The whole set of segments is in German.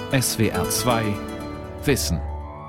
SWR 2 Wissen.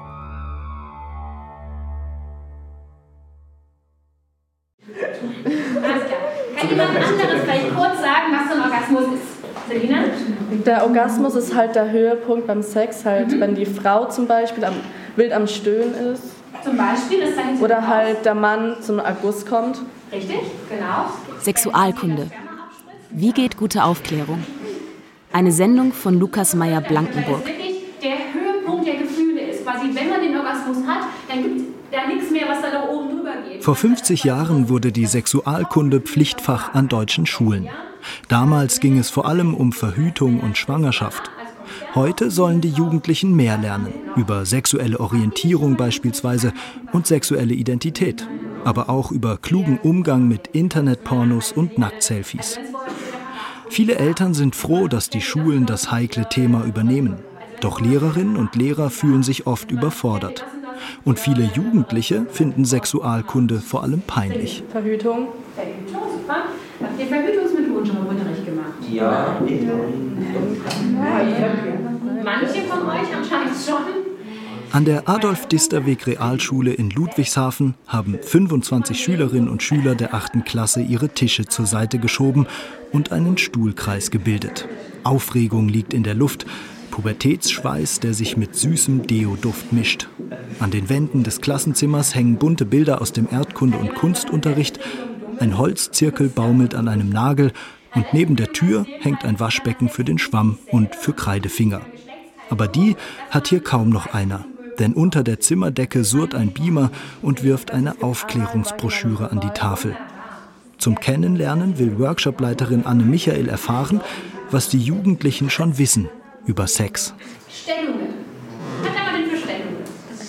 Alles klar. Kann jemand anderes vielleicht kurz sagen, was so ein Orgasmus ist? Selina? Der Orgasmus ist halt der Höhepunkt beim Sex, halt wenn die Frau zum Beispiel wild am Stöhnen ist. Zum Beispiel, das zeigen Sie oder aus. halt der Mann zum Erguss kommt. Richtig, genau. Sexualkunde. Wie geht gute Aufklärung? Eine Sendung von Lukas Meyer-Blankenburg. Das ist wirklich der Höhepunkt der Gefühle ist. Quasi, wenn man den Orgasmus hat, dann gibt es da nichts mehr, was da nach oben drüber geht. Vor 50 Jahren wurde die Sexualkunde Pflichtfach an deutschen Schulen. Damals ging es vor allem um Verhütung und Schwangerschaft. Heute sollen die Jugendlichen mehr lernen, über sexuelle Orientierung beispielsweise und sexuelle Identität, aber auch über klugen Umgang mit Internetpornos und Nacktselfies. Viele Eltern sind froh, dass die Schulen das heikle Thema übernehmen. Doch Lehrerinnen und Lehrer fühlen sich oft überfordert. Und viele Jugendliche finden Sexualkunde vor allem peinlich. Verhütung. Verhütung, super. Habt ihr Verhütungsmethoden gemacht? Ja. Manche von euch anscheinend schon. An der Adolf-Disterweg-Realschule in Ludwigshafen haben 25 Schülerinnen und Schüler der 8. Klasse ihre Tische zur Seite geschoben und einen Stuhlkreis gebildet. Aufregung liegt in der Luft, Pubertätsschweiß, der sich mit süßem Deo-Duft mischt. An den Wänden des Klassenzimmers hängen bunte Bilder aus dem Erdkunde- und Kunstunterricht, ein Holzzirkel baumelt an einem Nagel und neben der Tür hängt ein Waschbecken für den Schwamm und für Kreidefinger. Aber die hat hier kaum noch einer. Denn unter der Zimmerdecke surrt ein Beamer und wirft eine Aufklärungsbroschüre an die Tafel. Zum Kennenlernen will Workshopleiterin Anne Michael erfahren, was die Jugendlichen schon wissen über Sex. Stellungen. Was haben wir denn für Stellungen?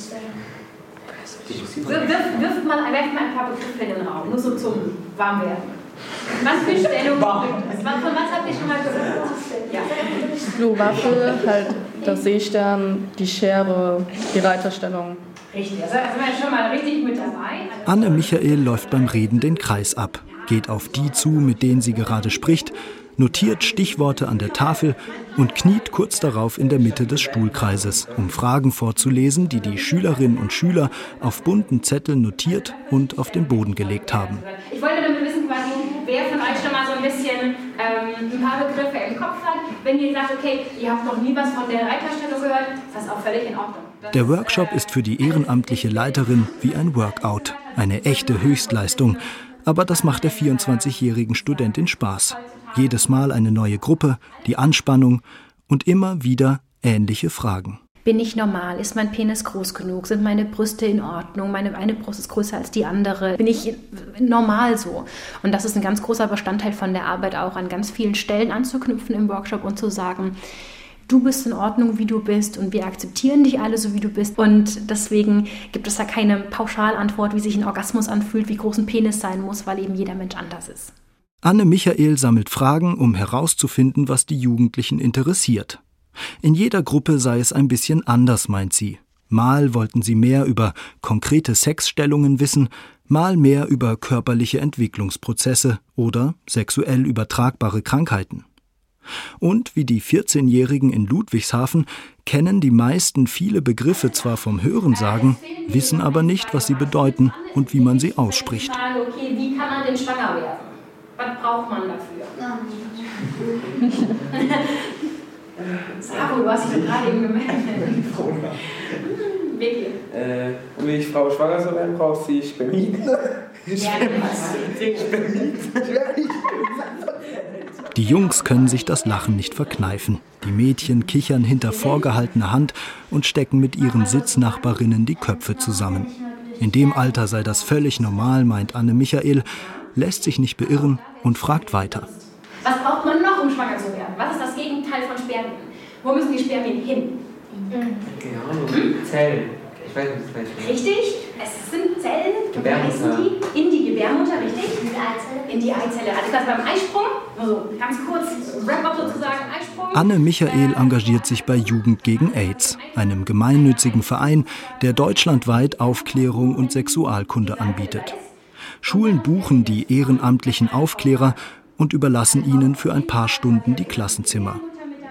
Werft mal ein paar Begriffe in den Raum, nur so zum Warmwerden. Was für Stellungen gibt es? Von was habt ihr schon mal gehört? Ja. Blue-Waffel, halt der Seestern, die Schere, die Reiterstellung. Richtig, also sind wir schon mal richtig mit dabei. Anne Michael läuft beim Reden den Kreis ab, geht auf die zu, mit denen sie gerade spricht, notiert Stichworte an der Tafel und kniet kurz darauf in der Mitte des Stuhlkreises, um Fragen vorzulesen, die die Schülerinnen und Schüler auf bunten Zetteln notiert und auf den Boden gelegt haben. Ich wollte damit wissen, quasi, wer von euch schon mal so ein bisschen ein paar Begriffe im Kopf hat. Wenn ihr sagt, okay, ihr habt noch nie was von der Reiterstellung gehört, ist das auch völlig in Ordnung. Der Workshop ist für die ehrenamtliche Leiterin wie ein Workout, eine echte Höchstleistung. Aber das macht der 24-jährigen Studentin Spaß. Jedes Mal eine neue Gruppe, die Anspannung und immer wieder ähnliche Fragen. Bin ich normal? Ist mein Penis groß genug? Sind meine Brüste in Ordnung? Meine eine Brust ist größer als die andere. Bin ich normal so? Und das ist ein ganz großer Bestandteil von der Arbeit auch, an ganz vielen Stellen anzuknüpfen im Workshop und zu sagen, du bist in Ordnung, wie du bist und wir akzeptieren dich alle so, wie du bist. Und deswegen gibt es da keine Pauschalantwort, wie sich ein Orgasmus anfühlt, wie groß ein Penis sein muss, weil eben jeder Mensch anders ist. Anne Michael sammelt Fragen, um herauszufinden, was die Jugendlichen interessiert. In jeder Gruppe sei es ein bisschen anders, meint sie. Mal wollten sie mehr über konkrete Sexstellungen wissen, mal mehr über körperliche Entwicklungsprozesse oder sexuell übertragbare Krankheiten. Und wie die 14-Jährigen in Ludwigshafen kennen die meisten viele Begriffe zwar vom Hörensagen, wissen aber nicht, was sie bedeuten und wie man sie ausspricht. Okay, wie kann man denn schwanger werden? Was braucht man dafür? Savo, du hast dich doch gerade eben gemeldet. Wirklich? Um die Frau schwanger zu werden, braucht sie Spermien. Die Jungs können sich das Lachen nicht verkneifen. Die Mädchen kichern hinter vorgehaltener Hand und stecken mit ihren Sitznachbarinnen die Köpfe zusammen. In dem Alter sei das völlig normal, meint Anne Michael, lässt sich nicht beirren und fragt weiter. Was braucht man noch, um schwanger zu werden? Was ist das Gegenteil von Spermien? Wo müssen die Spermien hin? Keine Ahnung, Zellen. Ich weiß nicht, was ich Richtig, es sind Zellen. Gebärmutter. In die Gebärmutter, richtig? In die Eizelle. Also das beim Eisprung, also ganz kurz, Wrap-up sozusagen, Eisprung. Anne Michael engagiert sich bei Jugend gegen AIDS, einem gemeinnützigen Verein, der deutschlandweit Aufklärung und Sexualkunde anbietet. Schulen buchen die ehrenamtlichen Aufklärer und überlassen ihnen für ein paar Stunden die Klassenzimmer.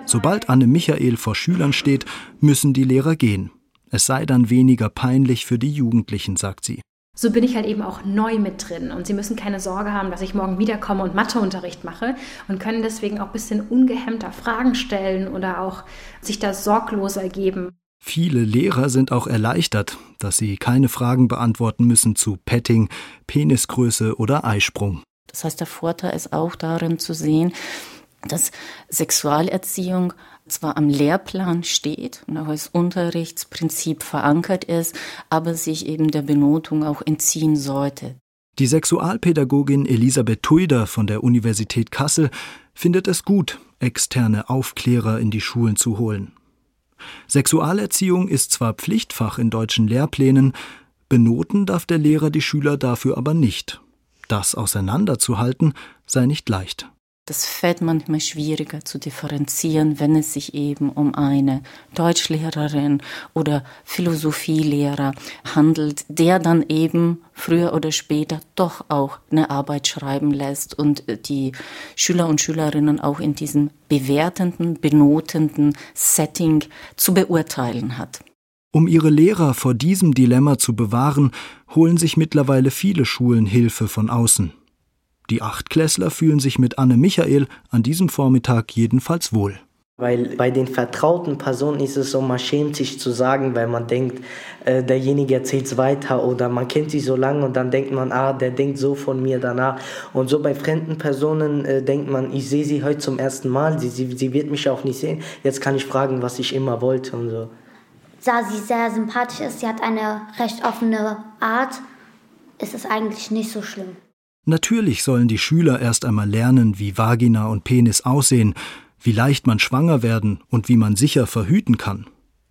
Sobald Anne-Michael vor Schülern steht, müssen die Lehrer gehen. Es sei dann weniger peinlich für die Jugendlichen, sagt sie. So bin ich halt eben auch neu mit drin und sie müssen keine Sorge haben, dass ich morgen wiederkomme und Matheunterricht mache und können deswegen auch ein bisschen ungehemmter Fragen stellen oder auch sich da sorgloser geben. Viele Lehrer sind auch erleichtert, dass sie keine Fragen beantworten müssen zu Petting, Penisgröße oder Eisprung. Das heißt, der Vorteil ist auch darin zu sehen, dass Sexualerziehung zwar am Lehrplan steht und auch als Unterrichtsprinzip verankert ist, aber sich eben der Benotung auch entziehen sollte. Die Sexualpädagogin Elisabeth Tuider von der Universität Kassel findet es gut, externe Aufklärer in die Schulen zu holen. Sexualerziehung ist zwar Pflichtfach in deutschen Lehrplänen, benoten darf der Lehrer die Schüler dafür aber nicht. Das auseinanderzuhalten sei nicht leicht. Das fällt manchmal schwieriger zu differenzieren, wenn es sich eben um eine Deutschlehrerin oder Philosophielehrer handelt, der dann eben früher oder später doch auch eine Arbeit schreiben lässt und die Schüler und Schülerinnen auch in diesem bewertenden, benotenden Setting zu beurteilen hat. Um ihre Lehrer vor diesem Dilemma zu bewahren, holen sich mittlerweile viele Schulen Hilfe von außen. Die Achtklässler fühlen sich mit Anne-Michael an diesem Vormittag jedenfalls wohl. Weil bei den vertrauten Personen ist es so, man schämt sich zu sagen, weil man denkt, derjenige erzählt es weiter oder man kennt sie so lange und dann denkt man, der denkt so von mir danach. Und so bei fremden Personen denkt man, ich sehe sie heute zum ersten Mal, sie wird mich auch nicht sehen, jetzt kann ich fragen, was ich immer wollte und so. Da sie sehr sympathisch ist, sie hat eine recht offene Art, ist es eigentlich nicht so schlimm. Natürlich sollen die Schüler erst einmal lernen, wie Vagina und Penis aussehen, wie leicht man schwanger werden und wie man sicher verhüten kann.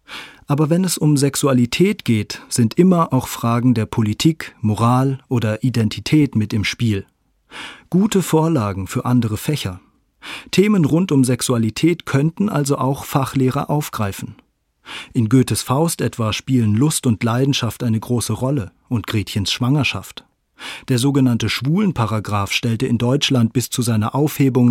Aber wenn es um Sexualität geht, sind immer auch Fragen der Politik, Moral oder Identität mit im Spiel. Gute Vorlagen für andere Fächer. Themen rund um Sexualität könnten also auch Fachlehrer aufgreifen. In Goethes Faust etwa spielen Lust und Leidenschaft eine große Rolle und Gretchens Schwangerschaft. Der sogenannte Schwulenparagraph stellte in Deutschland bis zu seiner Aufhebung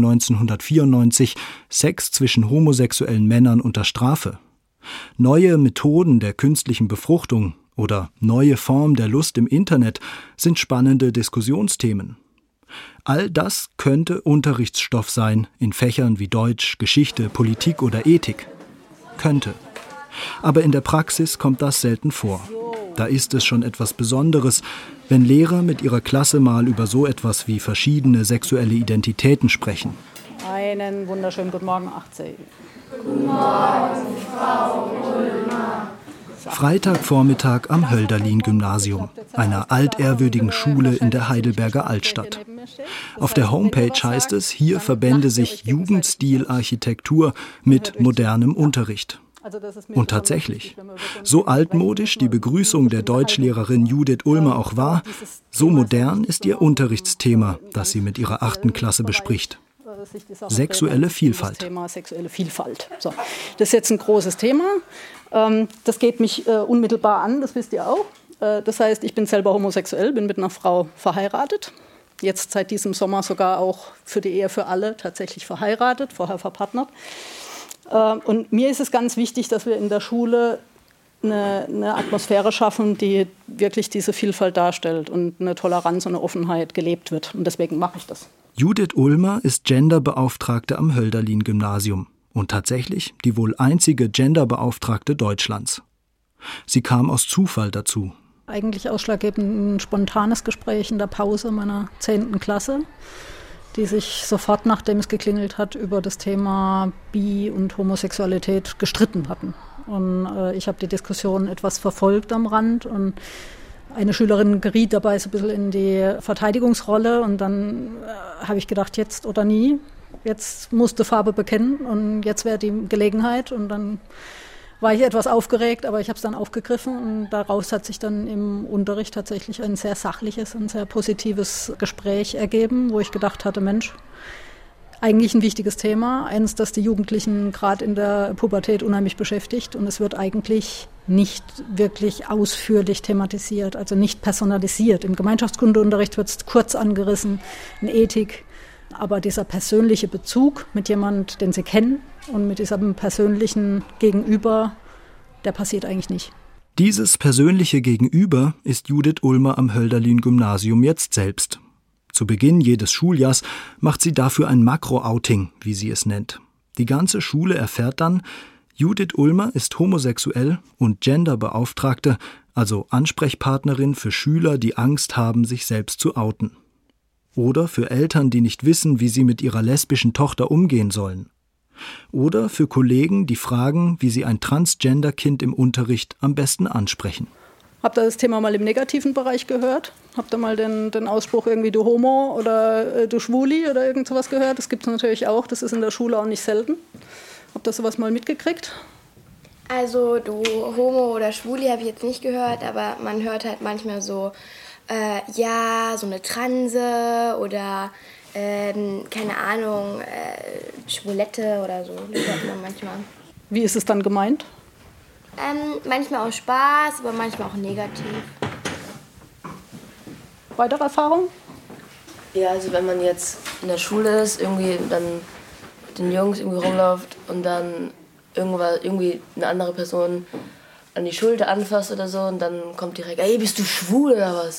1994 Sex zwischen homosexuellen Männern unter Strafe. Neue Methoden der künstlichen Befruchtung oder neue Formen der Lust im Internet sind spannende Diskussionsthemen. All das könnte Unterrichtsstoff sein in Fächern wie Deutsch, Geschichte, Politik oder Ethik. Könnte. Aber in der Praxis kommt das selten vor. Da ist es schon etwas Besonderes, wenn Lehrer mit ihrer Klasse mal über so etwas wie verschiedene sexuelle Identitäten sprechen. Einen wunderschönen guten Morgen, 18. Guten Morgen, Frau Ulmer. Freitagvormittag am Hölderlin-Gymnasium, einer altehrwürdigen Schule in der Heidelberger Altstadt. Auf der Homepage heißt es, hier verbände sich Jugendstilarchitektur mit modernem Unterricht. Und tatsächlich, so altmodisch die Begrüßung der Deutschlehrerin Judith Ulmer auch war, so modern ist ihr Unterrichtsthema, das sie mit ihrer 8. Klasse bespricht. Sexuelle Vielfalt. So, das ist jetzt ein großes Thema. Das geht mich unmittelbar an, das wisst ihr auch. Das heißt, ich bin selber homosexuell, bin mit einer Frau verheiratet. Jetzt seit diesem Sommer sogar auch für die Ehe für alle tatsächlich verheiratet, vorher verpartnert. Und mir ist es ganz wichtig, dass wir in der Schule eine Atmosphäre schaffen, die wirklich diese Vielfalt darstellt und eine Toleranz und eine Offenheit gelebt wird. Und deswegen mache ich das. Judith Ulmer ist Genderbeauftragte am Hölderlin-Gymnasium und tatsächlich die wohl einzige Genderbeauftragte Deutschlands. Sie kam aus Zufall dazu. Eigentlich ausschlaggebend ein spontanes Gespräch in der Pause meiner 10. Klasse, die sich sofort, nachdem es geklingelt hat, über das Thema Bi- und Homosexualität gestritten hatten. Und ich habe die Diskussion etwas verfolgt am Rand und eine Schülerin geriet dabei so ein bisschen in die Verteidigungsrolle und dann habe ich gedacht, jetzt oder nie, jetzt musste Farbe bekennen und jetzt wäre die Gelegenheit und dann war ich etwas aufgeregt, aber ich habe es dann aufgegriffen und daraus hat sich dann im Unterricht tatsächlich ein sehr sachliches und sehr positives Gespräch ergeben, wo ich gedacht hatte, Mensch, eigentlich ein wichtiges Thema, eines, das die Jugendlichen gerade in der Pubertät unheimlich beschäftigt und es wird eigentlich nicht wirklich ausführlich thematisiert, also nicht personalisiert. Im Gemeinschaftskundeunterricht wird es kurz angerissen, in Ethik, aber dieser persönliche Bezug mit jemand, den sie kennen, Und mit diesem persönlichen Gegenüber, der passiert eigentlich nicht. Dieses persönliche Gegenüber ist Judith Ulmer am Hölderlin-Gymnasium jetzt selbst. Zu Beginn jedes Schuljahrs macht sie dafür ein Makro-Outing, wie sie es nennt. Die ganze Schule erfährt dann, Judith Ulmer ist homosexuell und Genderbeauftragte, also Ansprechpartnerin für Schüler, die Angst haben, sich selbst zu outen. Oder für Eltern, die nicht wissen, wie sie mit ihrer lesbischen Tochter umgehen sollen. Oder für Kollegen, die fragen, wie sie ein Transgender-Kind im Unterricht am besten ansprechen. Habt ihr das Thema mal im negativen Bereich gehört? Habt ihr mal den Ausspruch irgendwie du Homo oder du Schwuli oder irgend sowas gehört? Das gibt es natürlich auch, das ist in der Schule auch nicht selten. Habt ihr sowas mal mitgekriegt? Also du Homo oder Schwuli habe ich jetzt nicht gehört, aber man hört halt manchmal so, ja, so eine Transe oder keine Ahnung, Schwulette oder so, das hört man manchmal. Wie ist es dann gemeint? Manchmal auch Spaß, aber manchmal auch negativ. Weitere Erfahrung? Ja, also wenn man jetzt in der Schule ist, irgendwie dann mit den Jungs irgendwie rumläuft und dann irgendwie eine andere Person an die Schulter anfasst oder so und dann kommt direkt, ey, bist du schwul oder was?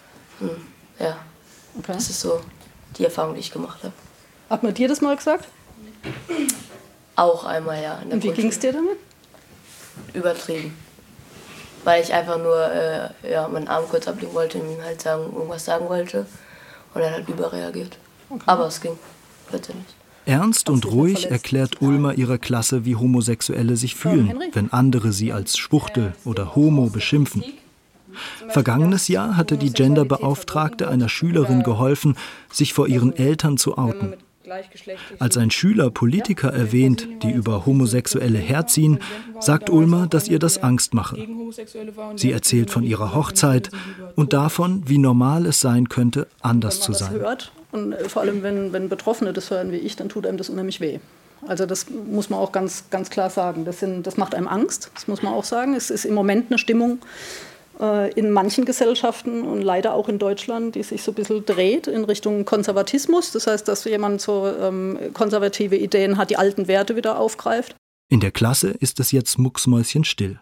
Ja, okay. Das ist so die Erfahrung, die ich gemacht habe. Hat man dir das mal gesagt? Auch einmal, ja. Und wie ging es dir damit? Übertrieben. Weil ich einfach nur meinen Arm kurz ablegen wollte und ihm halt irgendwas sagen wollte. Und er hat halt überreagiert. Okay. Aber es ging letztendlich. Ernst und ruhig erklärt Ulmer ihrer Klasse, wie Homosexuelle sich fühlen, wenn andere sie als Schwuchtel oder Homo beschimpfen. Vergangenes Jahr hatte die Genderbeauftragte einer Schülerin geholfen, sich vor ihren Eltern zu outen. Als ein Schüler Politiker erwähnt, die über Homosexuelle herziehen, sagt Ulmer, dass ihr das Angst mache. Sie erzählt von ihrer Hochzeit und davon, wie normal es sein könnte, anders zu sein. Und vor allem, wenn Betroffene das hören wie ich, dann tut einem das unheimlich weh. Also das muss man auch ganz, ganz klar sagen. Das macht einem Angst, das muss man auch sagen. Es ist im Moment eine Stimmung in manchen Gesellschaften und leider auch in Deutschland, die sich so ein bisschen dreht in Richtung Konservatismus. Das heißt, dass jemand so konservative Ideen hat, die alten Werte wieder aufgreift. In der Klasse ist es jetzt mucksmäuschenstill.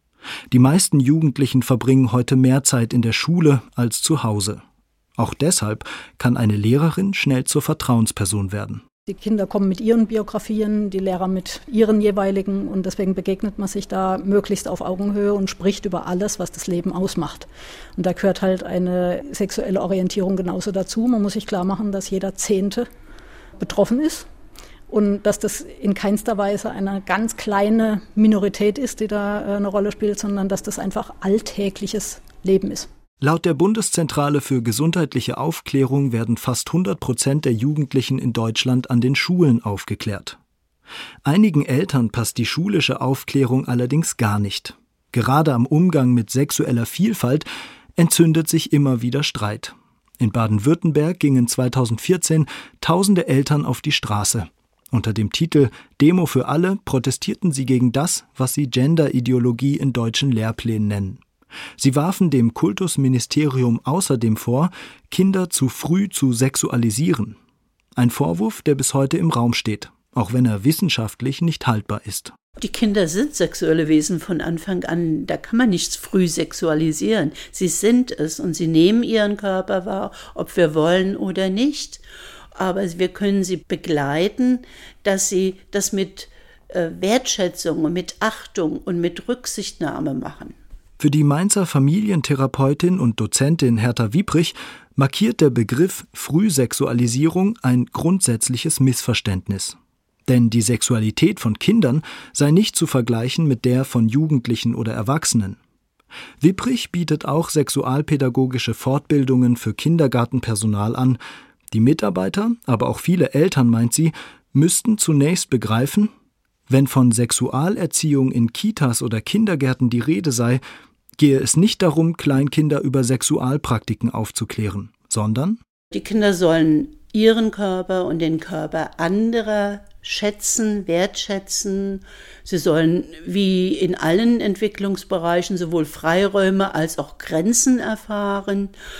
Die meisten Jugendlichen verbringen heute mehr Zeit in der Schule als zu Hause. Auch deshalb kann eine Lehrerin schnell zur Vertrauensperson werden. Die Kinder kommen mit ihren Biografien, die Lehrer mit ihren jeweiligen und deswegen begegnet man sich da möglichst auf Augenhöhe und spricht über alles, was das Leben ausmacht. Und da gehört halt eine sexuelle Orientierung genauso dazu. Man muss sich klar machen, dass jeder Zehnte betroffen ist und dass das in keinster Weise eine ganz kleine Minorität ist, die da eine Rolle spielt, sondern dass das einfach alltägliches Leben ist. Laut der Bundeszentrale für gesundheitliche Aufklärung werden fast 100% der Jugendlichen in Deutschland an den Schulen aufgeklärt. Einigen Eltern passt die schulische Aufklärung allerdings gar nicht. Gerade am Umgang mit sexueller Vielfalt entzündet sich immer wieder Streit. In Baden-Württemberg gingen 2014 tausende Eltern auf die Straße. Unter dem Titel »Demo für alle« protestierten sie gegen das, was sie Genderideologie in deutschen Lehrplänen nennen. Sie warfen dem Kultusministerium außerdem vor, Kinder zu früh zu sexualisieren. Ein Vorwurf, der bis heute im Raum steht, auch wenn er wissenschaftlich nicht haltbar ist. Die Kinder sind sexuelle Wesen von Anfang an, da kann man nichts früh sexualisieren. Sie sind es und sie nehmen ihren Körper wahr, ob wir wollen oder nicht. Aber wir können sie begleiten, dass sie das mit Wertschätzung und mit Achtung und mit Rücksichtnahme machen. Für die Mainzer Familientherapeutin und Dozentin Hertha Wieprich markiert der Begriff Frühsexualisierung ein grundsätzliches Missverständnis. Denn die Sexualität von Kindern sei nicht zu vergleichen mit der von Jugendlichen oder Erwachsenen. Wieprich bietet auch sexualpädagogische Fortbildungen für Kindergartenpersonal an. Die Mitarbeiter, aber auch viele Eltern, meint sie, müssten zunächst begreifen, wenn von Sexualerziehung in Kitas oder Kindergärten die Rede sei, gehe es nicht darum, Kleinkinder über Sexualpraktiken aufzuklären, sondern die Kinder sollen ihren Körper und den Körper anderer schätzen, wertschätzen. Sie sollen wie in allen Entwicklungsbereichen sowohl Freiräume als auch Grenzen erfahren.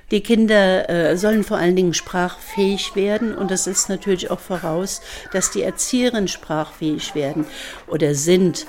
Die Kinder sollen vor allen Dingen sprachfähig werden und das ist natürlich auch voraus, dass die Erzieherinnen sprachfähig werden oder sind.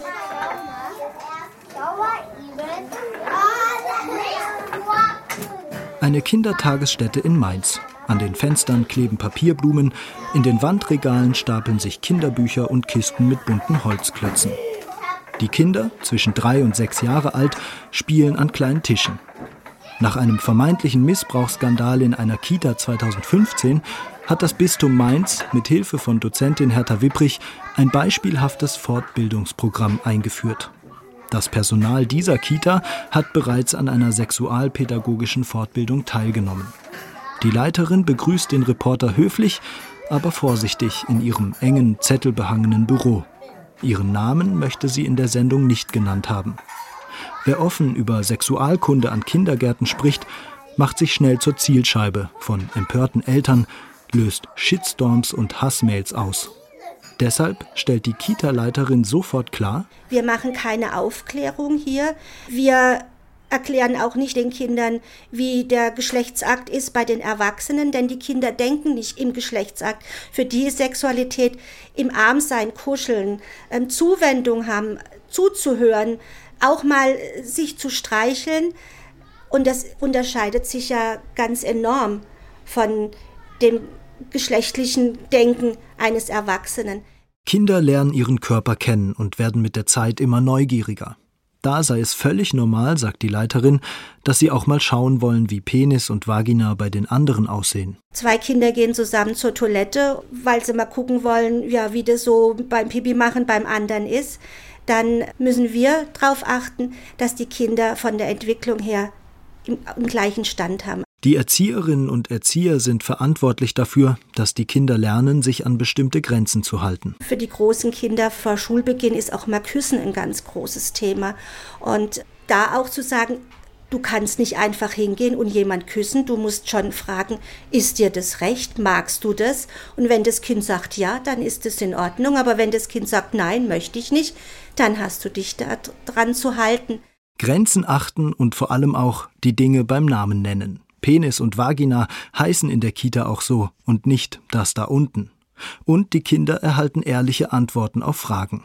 Eine Kindertagesstätte in Mainz. An den Fenstern kleben Papierblumen, in den Wandregalen stapeln sich Kinderbücher und Kisten mit bunten Holzklötzen. Die Kinder, zwischen 3 und 6 Jahre alt, spielen an kleinen Tischen. Nach einem vermeintlichen Missbrauchsskandal in einer Kita 2015 hat das Bistum Mainz mit Hilfe von Dozentin Hertha Wipprich ein beispielhaftes Fortbildungsprogramm eingeführt. Das Personal dieser Kita hat bereits an einer sexualpädagogischen Fortbildung teilgenommen. Die Leiterin begrüßt den Reporter höflich, aber vorsichtig in ihrem engen, zettelbehangenen Büro. Ihren Namen möchte sie in der Sendung nicht genannt haben. Wer offen über Sexualkunde an Kindergärten spricht, macht sich schnell zur Zielscheibe von empörten Eltern, löst Shitstorms und Hassmails aus. Deshalb stellt die Kita-Leiterin sofort klar: Wir machen keine Aufklärung hier. Wir erklären auch nicht den Kindern, wie der Geschlechtsakt ist bei den Erwachsenen, denn die Kinder denken nicht im Geschlechtsakt. Für die ist Sexualität im Armsein, Kuscheln, Zuwendung haben, zuzuhören, auch mal sich zu streicheln. Und das unterscheidet sich ja ganz enorm von dem geschlechtlichen Denken eines Erwachsenen. Kinder lernen ihren Körper kennen und werden mit der Zeit immer neugieriger. Da sei es völlig normal, sagt die Leiterin, dass sie auch mal schauen wollen, wie Penis und Vagina bei den anderen aussehen. 2 Kinder gehen zusammen zur Toilette, weil sie mal gucken wollen, ja, wie das so beim Pipi machen beim anderen ist. Dann müssen wir darauf achten, dass die Kinder von der Entwicklung her im gleichen Stand haben. Die Erzieherinnen und Erzieher sind verantwortlich dafür, dass die Kinder lernen, sich an bestimmte Grenzen zu halten. Für die großen Kinder vor Schulbeginn ist auch mal Küssen ein ganz großes Thema. Und da auch zu sagen, du kannst nicht einfach hingehen und jemand küssen, du musst schon fragen, ist dir das recht, magst du das? Und wenn das Kind sagt ja, dann ist es in Ordnung. Aber wenn das Kind sagt nein, möchte ich nicht, dann hast du dich da dran zu halten. Grenzen achten und vor allem auch die Dinge beim Namen nennen. Penis und Vagina heißen in der Kita auch so und nicht das da unten. Und die Kinder erhalten ehrliche Antworten auf Fragen.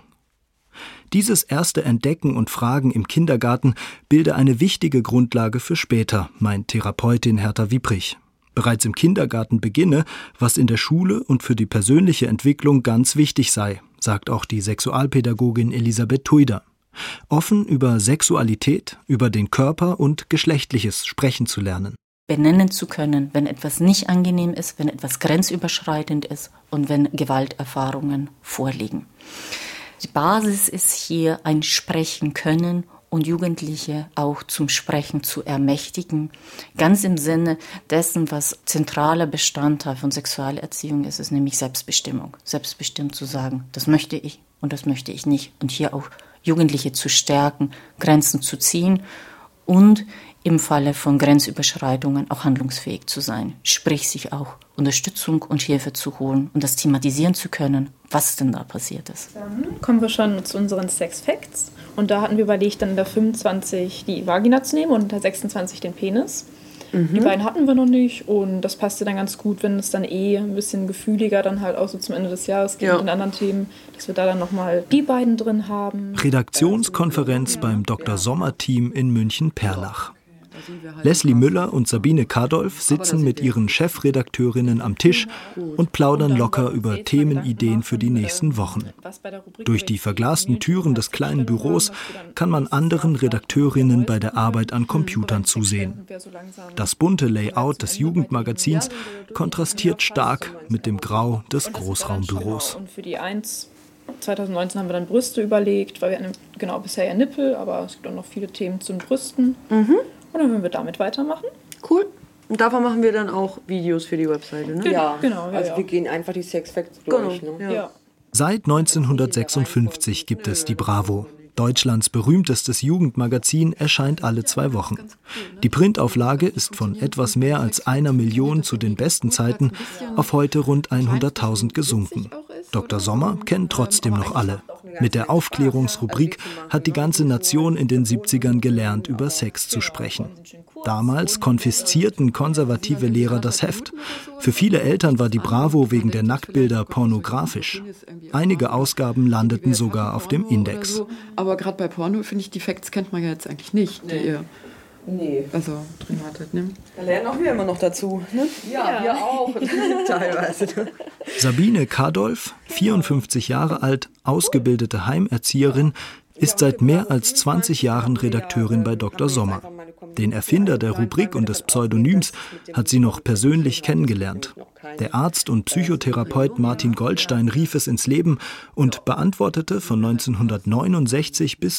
Dieses erste Entdecken und Fragen im Kindergarten bilde eine wichtige Grundlage für später, meint Therapeutin Hertha Wipprich. Bereits im Kindergarten beginne, was in der Schule und für die persönliche Entwicklung ganz wichtig sei, sagt auch die Sexualpädagogin Elisabeth Tuider. Offen über Sexualität, über den Körper und Geschlechtliches sprechen zu lernen. Benennen zu können, wenn etwas nicht angenehm ist, wenn etwas grenzüberschreitend ist und wenn Gewalterfahrungen vorliegen. Die Basis ist hier ein Sprechen können und Jugendliche auch zum Sprechen zu ermächtigen. Ganz im Sinne dessen, was zentraler Bestandteil von Sexualerziehung ist, ist nämlich Selbstbestimmung. Selbstbestimmt zu sagen, das möchte ich und das möchte ich nicht. Und hier auch Jugendliche zu stärken, Grenzen zu ziehen und im Falle von Grenzüberschreitungen auch handlungsfähig zu sein, sprich sich auch Unterstützung und Hilfe zu holen und das thematisieren zu können, was denn da passiert ist. Dann kommen wir schon zu unseren Sex Facts und da hatten wir überlegt, dann in der 25 die Vagina zu nehmen und in der 26 den Penis. Die beiden hatten wir noch nicht und das passte dann ganz gut, wenn es dann ein bisschen gefühliger dann halt auch so zum Ende des Jahres geht mit den anderen Themen, dass wir da dann nochmal die beiden drin haben. Redaktionskonferenz beim Dr. Sommer-Team in München-Perlach. Leslie Müller und Sabine Kadolf sitzen mit ihren Chefredakteurinnen am Tisch und plaudern locker über Themenideen für die nächsten Wochen. Durch die verglasten Türen des kleinen Büros kann man anderen Redakteurinnen bei der Arbeit an Computern zusehen. Das bunte Layout des Jugendmagazins kontrastiert stark mit dem Grau des Großraumbüros. Und für die 1 2019 haben wir dann Brüste überlegt, weil wir hatten bisher ja Nippel, aber es gibt auch noch viele Themen zu den Brüsten. Und dann würden wir damit weitermachen. Cool. Und davon machen wir dann auch Videos für die Webseite, ne? Ja, genau. Also wir gehen einfach die Sex Facts durch. Genau. Ne? Ja. Seit 1956 gibt es die Bravo. Deutschlands berühmtestes Jugendmagazin erscheint alle 2 Wochen. Die Printauflage ist von etwas mehr als 1 Million zu den besten Zeiten auf heute rund 100.000 gesunken. Dr. Sommer kennt trotzdem noch alle. Mit der Aufklärungsrubrik hat die ganze Nation in den 70ern gelernt, über Sex zu sprechen. Damals konfiszierten konservative Lehrer das Heft. Für viele Eltern war die Bravo wegen der Nacktbilder pornografisch. Einige Ausgaben landeten sogar auf dem Index. Aber gerade bei Porno, finde ich, die Facts kennt man ja jetzt eigentlich nicht, die ihr also drin hattet. Ne? Da lernen auch wir immer noch dazu. Ne? Ja, wir auch. Teilweise. Sabine Kadolf, 54 Jahre alt, ausgebildete Heimerzieherin, ist seit mehr als 20 Jahren Redakteurin bei Dr. Sommer. Den Erfinder der Rubrik und des Pseudonyms hat sie noch persönlich kennengelernt. Der Arzt und Psychotherapeut Martin Goldstein rief es ins Leben und beantwortete von 1969 bis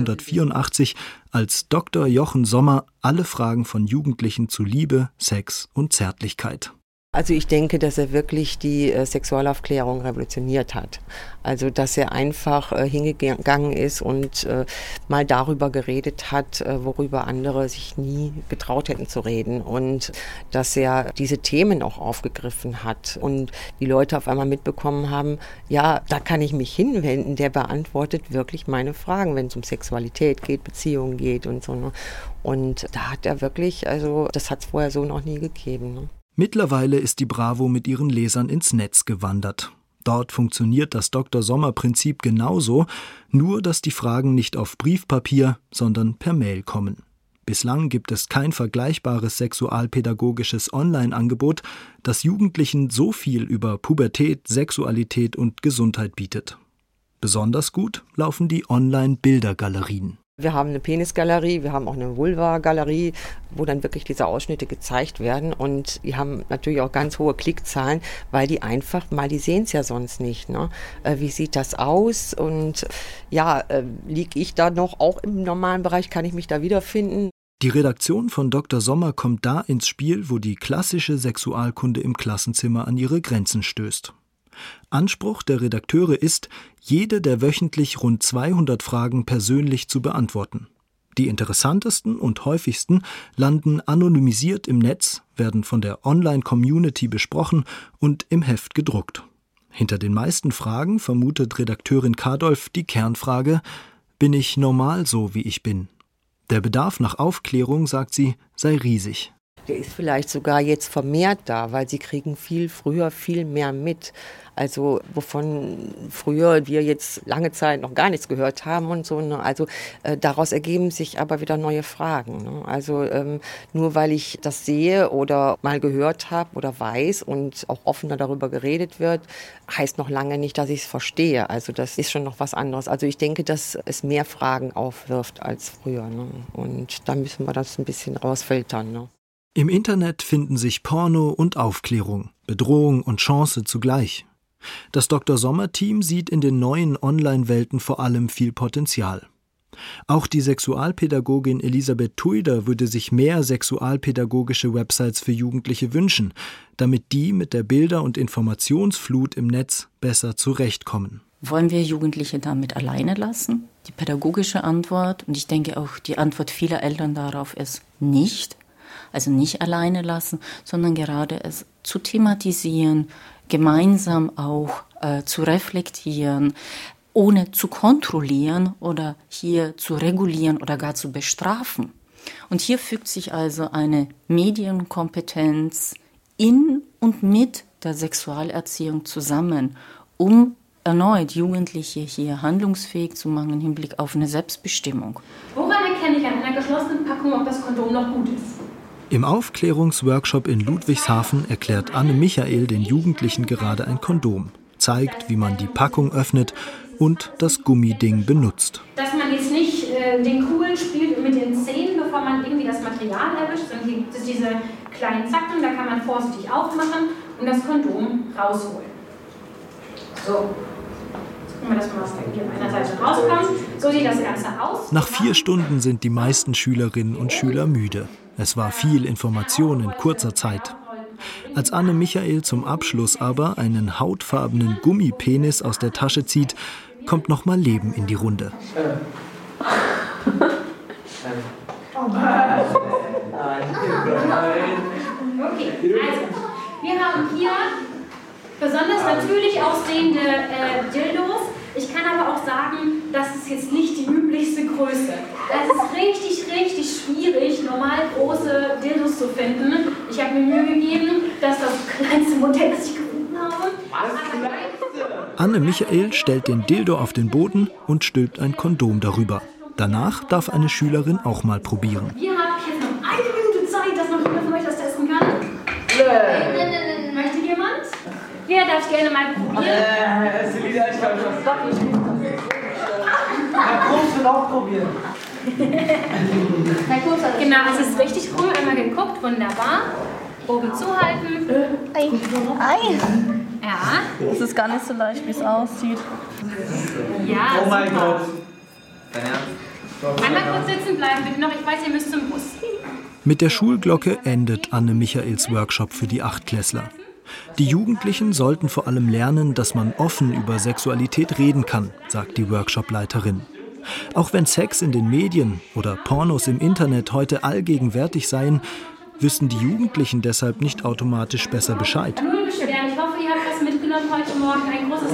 1984 als Dr. Jochen Sommer alle Fragen von Jugendlichen zu Liebe, Sex und Zärtlichkeit. Also ich denke, dass er wirklich die Sexualaufklärung revolutioniert hat. Also dass er einfach hingegangen ist und mal darüber geredet hat, worüber andere sich nie getraut hätten zu reden. Und dass er diese Themen auch aufgegriffen hat und die Leute auf einmal mitbekommen haben, ja, da kann ich mich hinwenden, der beantwortet wirklich meine Fragen, wenn es um Sexualität geht, Beziehungen geht und so. Ne? Und da hat er wirklich, also das hat es vorher so noch nie gegeben. Ne? Mittlerweile ist die Bravo mit ihren Lesern ins Netz gewandert. Dort funktioniert das Dr. Sommer-Prinzip genauso, nur dass die Fragen nicht auf Briefpapier, sondern per Mail kommen. Bislang gibt es kein vergleichbares sexualpädagogisches Online-Angebot, das Jugendlichen so viel über Pubertät, Sexualität und Gesundheit bietet. Besonders gut laufen die Online-Bildergalerien. Wir haben eine Penisgalerie, wir haben auch eine Vulva-Galerie, wo dann wirklich diese Ausschnitte gezeigt werden. Und die haben natürlich auch ganz hohe Klickzahlen, weil die einfach mal, die sehen es ja sonst nicht. Ne? Wie sieht das aus? Und ja, liege ich da noch auch im normalen Bereich? Kann ich mich da wiederfinden? Die Redaktion von Dr. Sommer kommt da ins Spiel, wo die klassische Sexualkunde im Klassenzimmer an ihre Grenzen stößt. Anspruch der Redakteure ist, jede der wöchentlich rund 200 Fragen persönlich zu beantworten. Die interessantesten und häufigsten landen anonymisiert im Netz, werden von der Online-Community besprochen und im Heft gedruckt. Hinter den meisten Fragen vermutet Redakteurin Kadolf die Kernfrage: Bin ich normal so, wie ich bin? Der Bedarf nach Aufklärung, sagt sie, sei riesig. Der ist vielleicht sogar jetzt vermehrt da, weil sie kriegen viel früher viel mehr mit. Also wovon früher wir jetzt lange Zeit noch gar nichts gehört haben und so. Ne? Also daraus ergeben sich aber wieder neue Fragen. Ne? Also nur weil ich das sehe oder mal gehört habe oder weiß und auch offener darüber geredet wird, heißt noch lange nicht, dass ich es verstehe. Also das ist schon noch was anderes. Also ich denke, dass es mehr Fragen aufwirft als früher. Ne? Und da müssen wir das ein bisschen rausfiltern. Ne? Im Internet finden sich Porno und Aufklärung, Bedrohung und Chance zugleich. Das Dr. Sommer-Team sieht in den neuen Online-Welten vor allem viel Potenzial. Auch die Sexualpädagogin Elisabeth Tuider würde sich mehr sexualpädagogische Websites für Jugendliche wünschen, damit die mit der Bilder- und Informationsflut im Netz besser zurechtkommen. Wollen wir Jugendliche damit alleine lassen? Die pädagogische Antwort, und ich denke auch die Antwort vieler Eltern darauf ist nicht. Also nicht alleine lassen, sondern gerade es zu thematisieren, gemeinsam auch zu reflektieren, ohne zu kontrollieren oder hier zu regulieren oder gar zu bestrafen. Und hier fügt sich also eine Medienkompetenz in und mit der Sexualerziehung zusammen, um erneut Jugendliche hier handlungsfähig zu machen im Hinblick auf eine Selbstbestimmung. Woran erkenne ich an einer geschlossenen Packung, ob das Kondom noch gut ist? Im Aufklärungsworkshop in Ludwigshafen erklärt Anne Michael den Jugendlichen gerade ein Kondom, zeigt, wie man die Packung öffnet und das Gummiding benutzt. Dass man jetzt nicht den Kugeln spielt mit den Zähnen, bevor man irgendwie das Material erwischt, sondern hier gibt es diese kleinen Zacken, da kann man vorsichtig aufmachen und das Kondom rausholen. So. Gucken wir, dass man hier auf einer Seite rauskommt. So sieht das Ganze aus. Nach 4 Stunden sind die meisten Schülerinnen und Schüler müde. Es war viel Information in kurzer Zeit. Als Anne Michael zum Abschluss aber einen hautfarbenen Gummipenis aus der Tasche zieht, kommt nochmal Leben in die Runde. Okay, also, wir haben hier besonders natürlich aussehende Dildos. Ich kann aber auch sagen, das ist jetzt nicht die üblichste Größe. Es ist richtig, richtig schwierig, normal große Dildos zu finden. Ich habe mir Mühe gegeben, dass das kleinste Modell, das ich gefunden habe. Anne Michael stellt den Dildo auf den Boden und stülpt ein Kondom darüber. Danach darf eine Schülerin auch mal probieren. Wir haben jetzt noch 1 Minute Zeit, dass noch jemand von euch das testen kann. Möchte jemand? Wer darf gerne mal probieren? Selina, ich kann das nicht. Herr Groß will auch probieren. Genau, es ist richtig cool. Einmal geguckt, wunderbar. Oben zuhalten. Ja. Es ist gar nicht so leicht, wie es aussieht. Ja, oh mein super. Gott. Einmal kurz sitzen bleiben, bitte noch. Ich weiß, ihr müsst zum Bus. Mit der Schulglocke endet Anne Michaels Workshop für die Achtklässler. Die Jugendlichen sollten vor allem lernen, dass man offen über Sexualität reden kann, sagt die Workshopleiterin. Auch wenn Sex in den Medien oder Pornos im Internet heute allgegenwärtig seien, wissen die Jugendlichen deshalb nicht automatisch besser Bescheid. Null Beschwerden. Ich hoffe, ihr habt was mitgenommen heute Morgen. Ein großes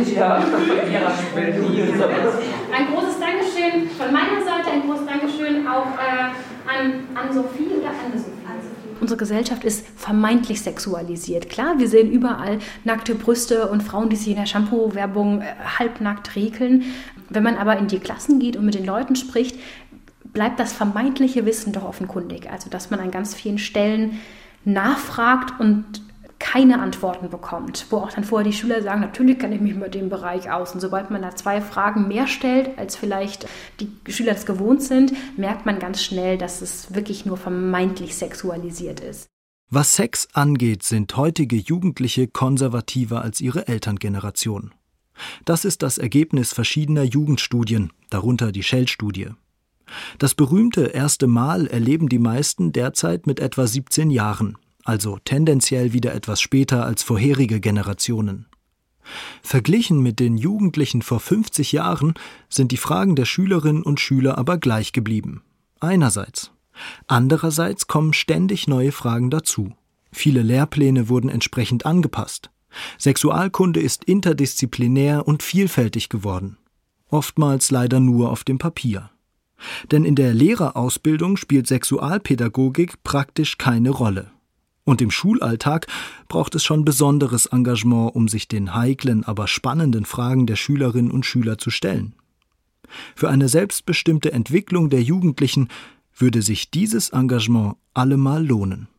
Ein großes Dankeschön von meiner Seite, ein großes Dankeschön auch an Sophie oder an Sophie. Unsere Gesellschaft ist vermeintlich sexualisiert. Klar, wir sehen überall nackte Brüste und Frauen, die sich in der Shampoo-Werbung halbnackt rekeln. Wenn man aber in die Klassen geht und mit den Leuten spricht, bleibt das vermeintliche Wissen doch offenkundig. Also, dass man an ganz vielen Stellen nachfragt und keine Antworten bekommt. Wo auch dann vorher die Schüler sagen, natürlich kann ich mich mit dem Bereich aus. Und sobald man da 2 Fragen mehr stellt, als vielleicht die Schüler das gewohnt sind, merkt man ganz schnell, dass es wirklich nur vermeintlich sexualisiert ist. Was Sex angeht, sind heutige Jugendliche konservativer als ihre Elterngeneration. Das ist das Ergebnis verschiedener Jugendstudien, darunter die Shell-Studie. Das berühmte erste Mal erleben die meisten derzeit mit etwa 17 Jahren, also tendenziell wieder etwas später als vorherige Generationen. Verglichen mit den Jugendlichen vor 50 Jahren sind die Fragen der Schülerinnen und Schüler aber gleich geblieben. Einerseits. Andererseits kommen ständig neue Fragen dazu. Viele Lehrpläne wurden entsprechend angepasst. Sexualkunde ist interdisziplinär und vielfältig geworden. Oftmals leider nur auf dem Papier. Denn in der Lehrerausbildung spielt Sexualpädagogik praktisch keine Rolle. Und im Schulalltag braucht es schon besonderes Engagement, um sich den heiklen, aber spannenden Fragen der Schülerinnen und Schüler zu stellen. Für eine selbstbestimmte Entwicklung der Jugendlichen würde sich dieses Engagement allemal lohnen.